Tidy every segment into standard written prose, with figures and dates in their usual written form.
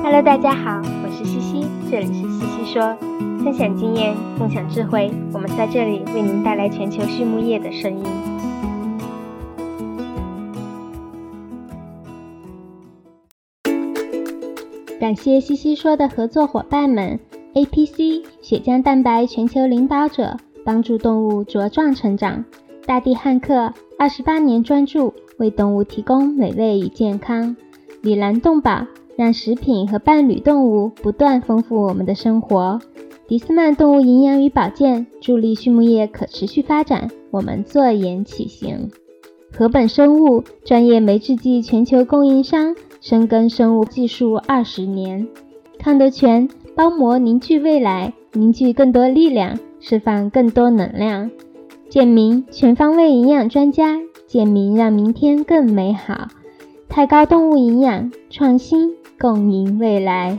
Hello， 大家好，我是西西，这里是西西说，分享经验，共享智慧，我们在这里为您带来全球畜牧业的声音。感谢西西说的合作伙伴们 APC 血浆蛋白全球领导者，帮助动物茁壮成长；大地汉克28年专注为动物提供美味与健康；里兰动宝让食品和伴侣动物不断丰富我们的生活；迪斯曼动物营养与保健助力畜牧业可持续发展，我们坐言起行；禾本生物专业酶制剂全球供应商，深耕生物技术20年；康德全包膜凝聚未来，凝聚更多力量，释放更多能量；健明全方位营养专家，健明让明天更美好；太高动物营养创新共赢未来。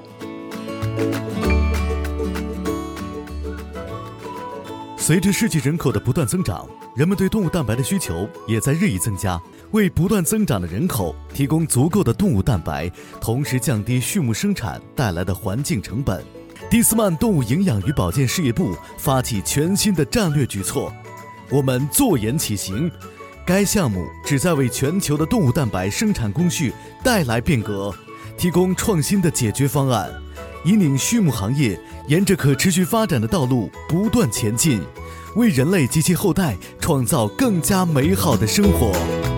随着世界人口的不断增长，人们对动物蛋白的需求也在日益增加。为不断增长的人口提供足够的动物蛋白，同时降低畜牧生产带来的环境成本，迪斯曼动物营养与保健事业部发起全新的战略举措，我们坐言起行。该项目旨在为全球的动物蛋白生产工序带来变革，提供创新的解决方案，引领畜牧行业沿着可持续发展的道路不断前进，为人类及其后代创造更加美好的生活。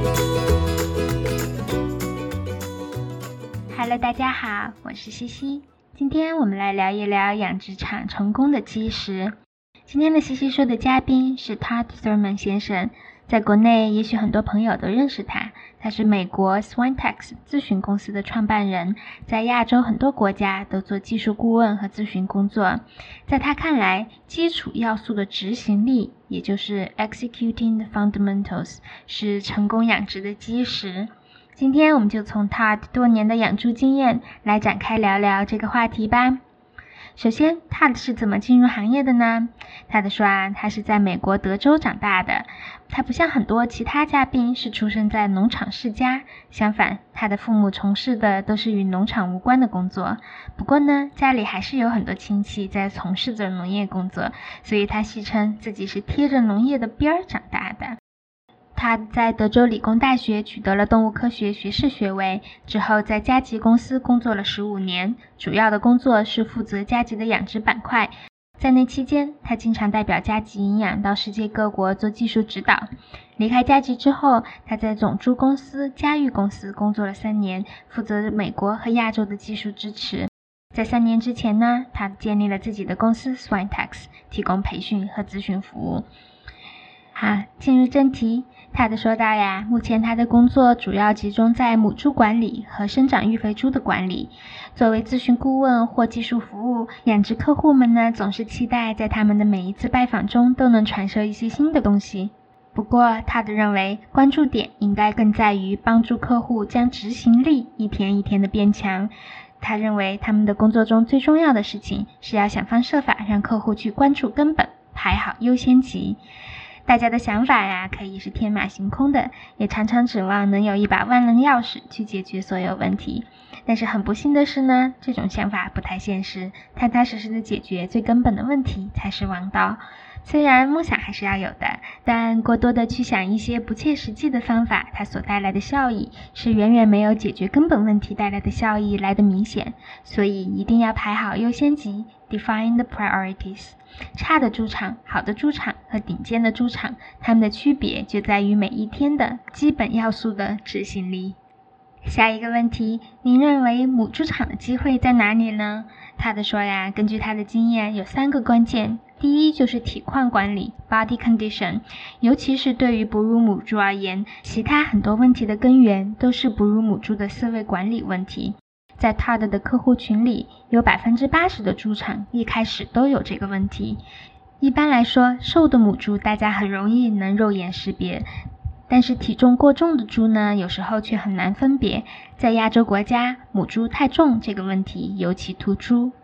Hello， 大家好，我是西西。今天我们来聊一聊养殖场成功的基石。今天的西西说的嘉宾是 Todd Thurman 先生，在国内也许很多朋友都认识他，他是美国 Swinetex 咨询公司的创办人，在亚洲很多国家都做技术顾问和咨询工作。在他看来，基础要素的执行力，也就是 Executing the Fundamentals， 是成功养殖的基石。今天我们就从 Todd 多年的养猪经验来展开聊聊这个话题吧。首先 Todd 是怎么进入行业的呢？ Todd 说他是在美国德州长大的。他不像很多其他嘉宾是出生在农场世家，相反，他的父母从事的都是与农场无关的工作。不过呢，家里还是有很多亲戚在从事着农业工作，所以他戏称自己是贴着农业的边儿长大的。他在德州理工大学取得了动物科学学士学位，之后在嘉吉公司工作了15年，主要的工作是负责嘉吉的养殖板块。在那期间，他经常代表嘉吉营养到世界各国做技术指导。离开嘉吉之后，他在种猪公司嘉裕公司工作了3年，负责美国和亚洲的技术支持。在3年之前呢，他建立了自己的公司 Swinetex， 提供培训和咨询服务。好，进入正题。Todd说到目前他的工作主要集中在母猪管理和生长育肥猪的管理。作为咨询顾问或技术服务，养殖客户们呢总是期待在他们的每一次拜访中都能传授一些新的东西。不过Todd认为关注点应该更在于帮助客户将执行力一天一天的变强。他认为他们的工作中最重要的事情是要想方设法让客户去关注根本，排好优先级。大家的想法可以是天马行空的，也常常指望能有一把万能钥匙去解决所有问题。但是很不幸的是呢，这种想法不太现实，踏踏实实的解决最根本的问题才是王道。虽然梦想还是要有的，但过多的去想一些不切实际的方法，它所带来的效益是远远没有解决根本问题带来的效益来得明显。所以一定要排好优先级， define the priorities。 差的猪场、好的猪场和顶尖的猪场，它们的区别就在于每一天的基本要素的执行力。下一个问题，您认为母猪场的机会在哪里呢？他的说根据他的经验有3个关键。第一就是体况管理 body condition， 尤其是对于哺乳母猪而言，其他很多问题的根源都是哺乳母猪的饲喂管理问题。在 Todd 的客户群里，有 80% 的猪场一开始都有这个问题。一般来说，瘦的母猪大家很容易能肉眼识别，但是体重过重的猪呢，有时候却很难分别。在亚洲国家，母猪太重这个问题尤其突出。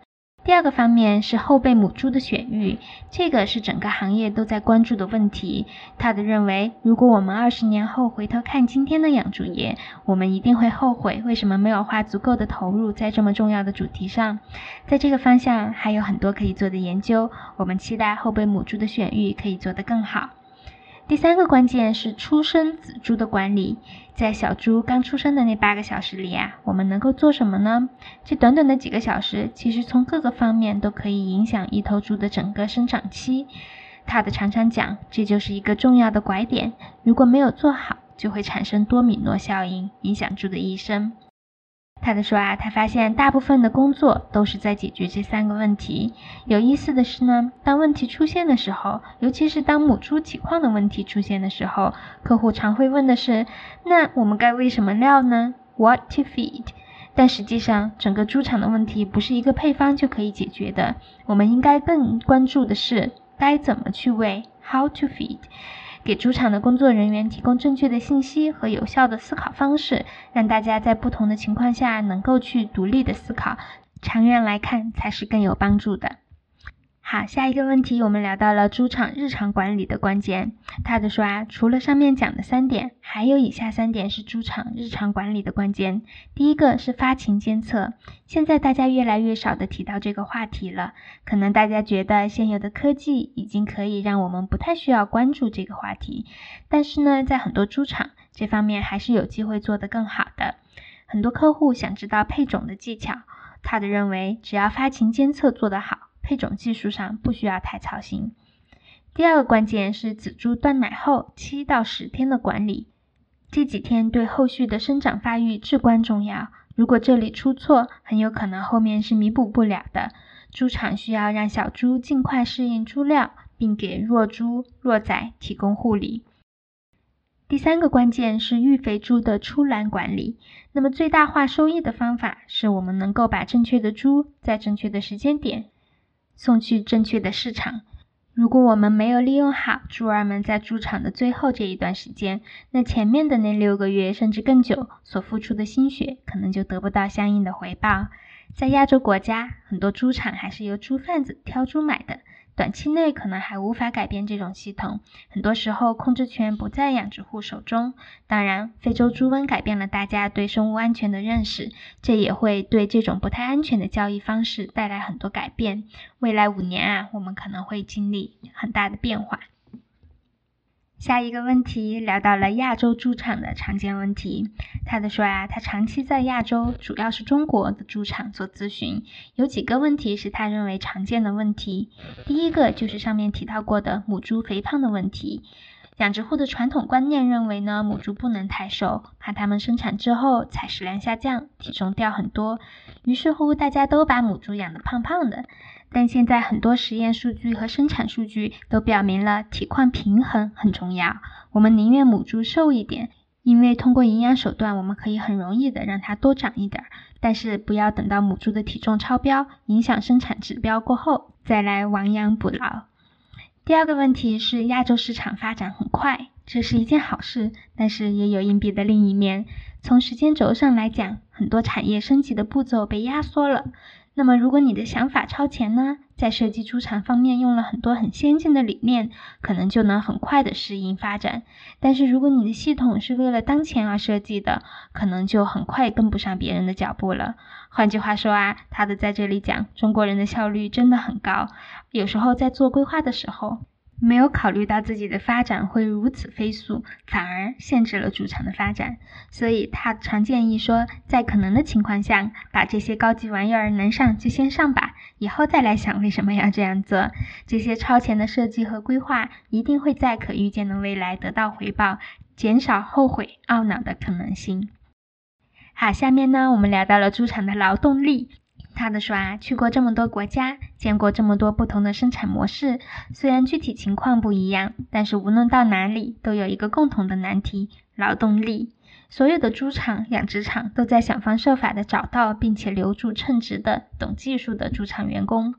第二个方面是后备母猪的选育，这个是整个行业都在关注的问题。他的认为，如果我们20年后回头看今天的养猪业，我们一定会后悔为什么没有花足够的投入在这么重要的主题上。在这个方向还有很多可以做的研究，我们期待后备母猪的选育可以做得更好。第三个关键是出生仔猪的管理。在小猪刚出生的那8个小时里我们能够做什么呢？这短短的几个小时，其实从各个方面都可以影响一头猪的整个生长期。他的常常讲，这就是一个重要的拐点，如果没有做好，就会产生多米诺效应，影响猪的一生。他说他发现大部分的工作都是在解决这3个问题。有意思的是呢，当问题出现的时候，尤其是当母猪体况的问题出现的时候，客户常会问的是，那我们该喂什么料呢？ What to feed？ 但实际上，整个猪场的问题不是一个配方就可以解决的，我们应该更关注的是该怎么去喂 How to feed？给猪场的工作人员提供正确的信息和有效的思考方式，让大家在不同的情况下能够去独立的思考，长远来看才是更有帮助的。好，下一个问题我们聊到了猪场日常管理的关键。他说除了上面讲的3点，还有以下3点是猪场日常管理的关键。第一个是发情监测，现在大家越来越少的提到这个话题了，可能大家觉得现有的科技已经可以让我们不太需要关注这个话题，但是呢，在很多猪场这方面还是有机会做得更好的。很多客户想知道配种的技巧，他的认为只要发情监测做得好，配种技术上不需要太操心。第二个关键是仔猪断奶后7到10天的管理，这几天对后续的生长发育至关重要，如果这里出错，很有可能后面是弥补不了的。猪场需要让小猪尽快适应猪料，并给弱猪、弱崽提供护理。第三个关键是育肥猪的出栏管理。那么最大化收益的方法是我们能够把正确的猪在正确的时间点送去正确的市场。如果我们没有利用好猪儿们在猪场的最后这一段时间，那前面的那6个月甚至更久所付出的心血可能就得不到相应的回报。在亚洲国家，很多猪场还是由猪贩子挑猪买的，短期内可能还无法改变这种系统，很多时候控制权不在养殖户手中。当然，非洲猪瘟改变了大家对生物安全的认识，这也会对这种不太安全的交易方式带来很多改变。未来5年我们可能会经历很大的变化。下一个问题聊到了亚洲猪场的常见问题。他说他长期在亚洲，主要是中国的猪场做咨询，有几个问题是他认为常见的问题。第一个就是上面提到过的母猪肥胖的问题。养殖户的传统观念认为呢，母猪不能太瘦，怕它们生产之后采食量下降，体重掉很多，于是乎大家都把母猪养得胖胖的。但现在很多实验数据和生产数据都表明了体况平衡很重要，我们宁愿母猪瘦一点，因为通过营养手段我们可以很容易的让它多长一点，但是不要等到母猪的体重超标，影响生产指标过后再来亡羊补牢。第二个问题是亚洲市场发展很快，这是一件好事，但是也有硬币的另一面。从时间轴上来讲，很多产业升级的步骤被压缩了。那么如果你的想法超前呢，在设计猪场方面用了很多很先进的理念，可能就能很快的适应发展。但是如果你的系统是为了当前而设计的，可能就很快跟不上别人的脚步了。换句话说他在这里讲，中国人的效率真的很高，有时候在做规划的时候，没有考虑到自己的发展会如此飞速，反而限制了猪场的发展。所以他常建议说，在可能的情况下，把这些高级玩意儿能上就先上吧，以后再来想为什么要这样做。这些超前的设计和规划一定会在可预见的未来得到回报，减少后悔懊恼的可能性。好，下面呢，我们聊到了猪场的劳动力。他说去过这么多国家，见过这么多不同的生产模式，虽然具体情况不一样，但是无论到哪里都有一个共同的难题，劳动力。所有的猪场、养殖场都在想方设法的找到并且留住称职的、懂技术的猪场员工。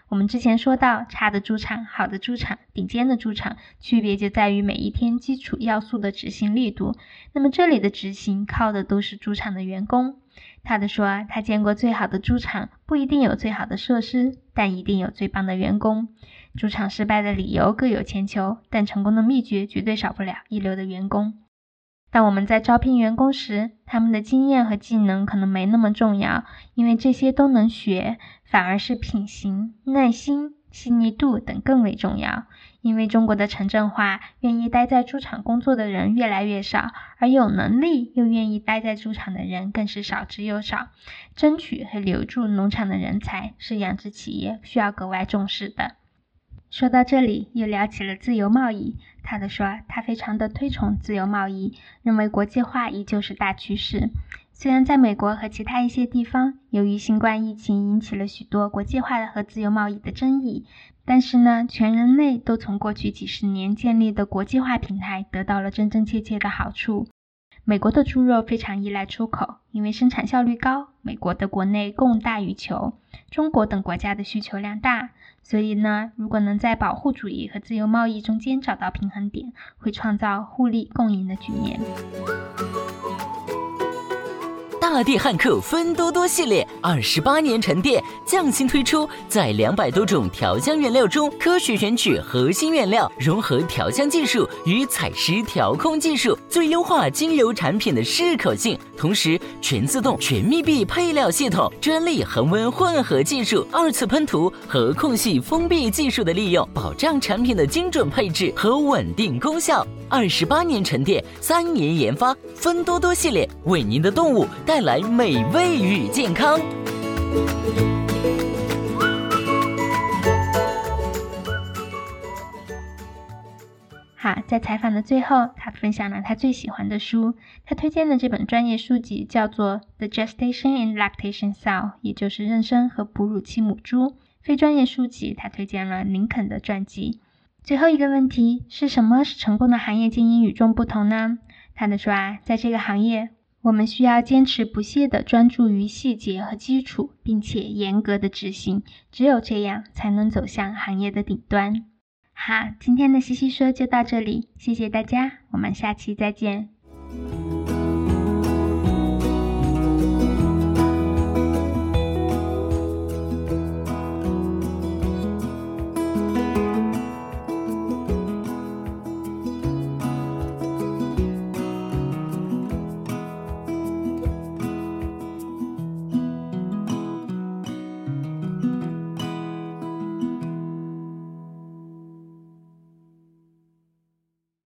我们之前说到，差的猪场、好的猪场、顶尖的猪场，区别就在于每一天基础要素的执行力度。那么这里的执行靠的都是猪场的员工。他的说，他见过最好的猪场，不一定有最好的设施，但一定有最棒的员工。猪场失败的理由各有千秋，但成功的秘诀绝对少不了一流的员工。当我们在招聘员工时，他们的经验和技能可能没那么重要，因为这些都能学，反而是品行、耐心、细腻度等更为重要。因为中国的城镇化，愿意待在猪场工作的人越来越少，而有能力又愿意待在猪场的人更是少之又少。争取和留住农场的人才，是养殖企业需要格外重视的。说到这里，又聊起了自由贸易。他的说，他非常的推崇自由贸易，认为国际化依旧是大趋势。虽然在美国和其他一些地方，由于新冠疫情引起了许多国际化和自由贸易的争议，但是呢，全人类都从过去几十年建立的国际化平台得到了真真切切的好处。美国的猪肉非常依赖出口，因为生产效率高，美国的国内供大于求，中国等国家的需求量大，所以呢，如果能在保护主义和自由贸易中间找到平衡点，会创造互利共赢的局面。 大地汉克芬多多系列28年沉淀，匠心推出，在200多种调香原料中科学选取核心原料，融合调香技术与采湿调控技术，最优化精油产品的适口性。同时，全自动、全密闭配料系统、专利恒温混合技术、2次喷涂和空隙封闭技术的利用，保障产品的精准配置和稳定功效。28年沉淀，3年研发，芬多多系列为您的动物带来美味与健康。 好，在采访的最后，他分享了他最喜欢的书。他推荐的这本专业书籍叫做《The Gestation and Lactation Sow》，也就是妊娠和哺乳期母猪。非专业书籍，他推荐了林肯的传记。最后一个问题是什么使成功的行业经营与众不同呢？他的说在这个行业，我们需要坚持不懈地专注于细节和基础，并且严格的执行，只有这样才能走向行业的顶端。好，今天的西西说就到这里，谢谢大家，我们下期再见。